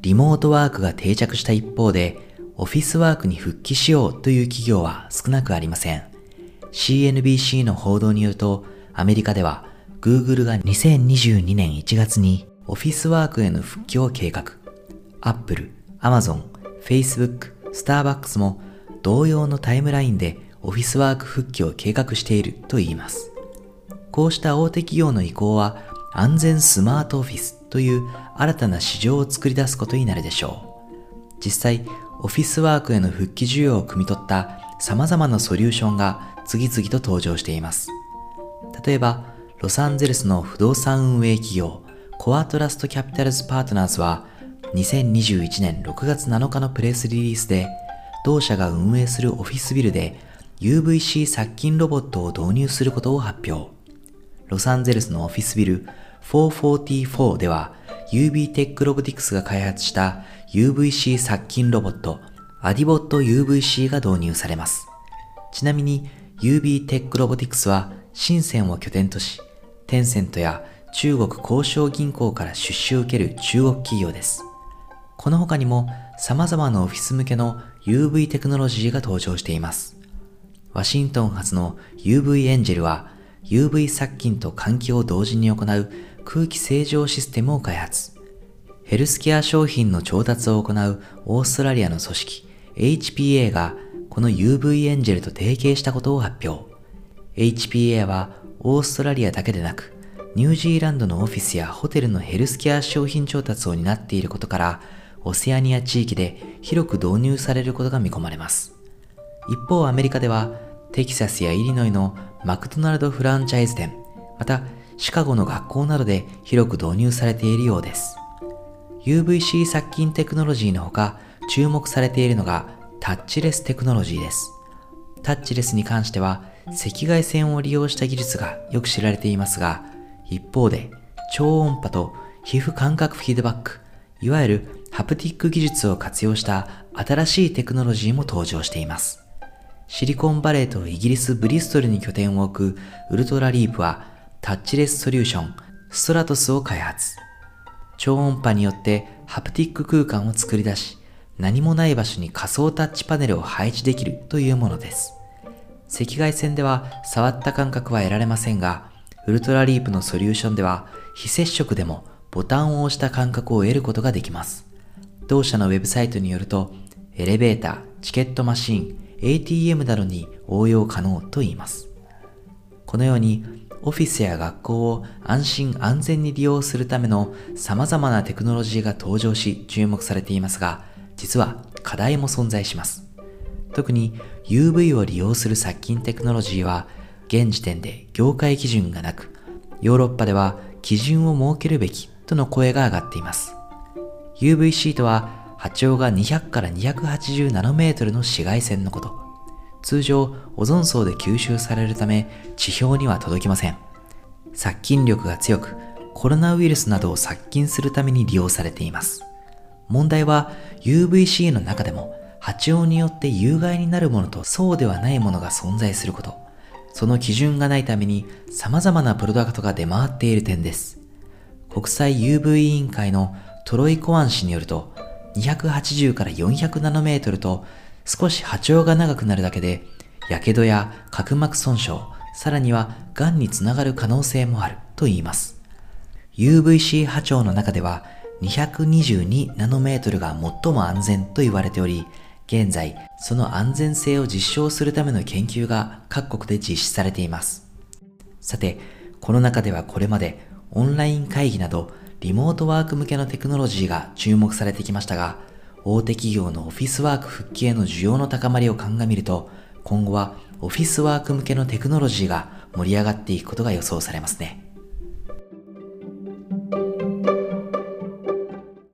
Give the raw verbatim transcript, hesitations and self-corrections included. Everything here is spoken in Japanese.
リモートワークが定着した一方で、オフィスワークに復帰しようという企業は少なくありません。シーエヌビーシー の報道によると、アメリカでは Google がにせんにじゅうにねんいちがつにオフィスワークへの復帰を計画。Apple、Amazon、Facebook、Starbucks も同様のタイムラインでオフィスワーク復帰を計画しているといいます。こうした大手企業の意向は安全スマートオフィスという新たな市場を作り出すことになるでしょう。実際、オフィスワークへの復帰需要を汲み取った様々なソリューションが次々と登場しています。例えば、ロサンゼルスの不動産運営企業コアトラストキャピタルズパートナーズはにせんにじゅういちねんろくがつなのかのプレスリリースで、同社が運営するオフィスビルで ユーブイシー 殺菌ロボットを導入することを発表。ロサンゼルスのオフィスビルよんひゃくよんじゅうよんでは ユービー テックロボティクスが開発した ユーブイシー 殺菌ロボットアディボット ユーブイシー が導入されます。ちなみに ユービー テックロボティクスは深センを拠点とし、テンセントや中国交渉銀行から出資を受ける中国企業です。この他にも様々なオフィス向けの ユーブイ テクノロジーが登場しています。ワシントン発の ユーブイ エンジェルは ユーブイ 殺菌と換気を同時に行う空気清浄システムを開発。ヘルスケア商品の調達を行うオーストラリアの組織 エイチピーエー がこの ユーブイ エンジェルと提携したことを発表。エイチピーエー はオーストラリアだけでなく、ニュージーランドのオフィスやホテルのヘルスケア商品調達を担っていることから、オセアニア地域で広く導入されることが見込まれます。一方アメリカでは、テキサスやイリノイのマクドナルドフランチャイズ店、またシカゴの学校などで広く導入されているようです。ユーブイシー 殺菌テクノロジーのほか、注目されているのがタッチレステクノロジーです。タッチレスに関しては、赤外線を利用した技術がよく知られていますが、一方で超音波と皮膚感覚フィードバック、いわゆるハプティック技術を活用した新しいテクノロジーも登場しています。シリコンバレーとイギリスブリストルに拠点を置くウルトラリープはタッチレスソリューションストラトスを開発。超音波によってハプティック空間を作り出し、何もない場所に仮想タッチパネルを配置できるというものです。赤外線では触った感覚は得られませんが、ウルトラリープのソリューションでは非接触でもボタンを押した感覚を得ることができます。同社のウェブサイトによると、エレベーター、チケットマシーン、エーティーエム などに応用可能と言います。このようにオフィスや学校を安心安全に利用するための様々なテクノロジーが登場し注目されていますが、実は課題も存在します。特に ユーブイ を利用する殺菌テクノロジーは現時点で業界基準がなく、ヨーロッパでは基準を設けるべきとの声が上がっています。ユーブイ シートは波長がにひゃくからにひゃくはちじゅうナノメートルの紫外線のこと。通常オゾン層で吸収されるため地表には届きません。殺菌力が強く、コロナウイルスなどを殺菌するために利用されています。問題は ユーブイシー の中でも波長によって有害になるものとそうではないものが存在すること。その基準がないために様々なプロダクトが出回っている点です。国際 ユーブイ 委員会のトロイ・コアン氏によると、にひゃくはちじゅうからよんひゃくナノメートルと少し波長が長くなるだけで、やけどや角膜損傷、さらには癌につながる可能性もあると言います。ユーブイシー 波長の中ではにひゃくにじゅうにナノメートルが最も安全と言われており、現在その安全性を実証するための研究が各国で実施されています。さて、この中ではこれまでオンライン会議などリモートワーク向けのテクノロジーが注目されてきましたが、大手企業のオフィスワーク復帰への需要の高まりを鑑みると、今後はオフィスワーク向けのテクノロジーが盛り上がっていくことが予想されますね。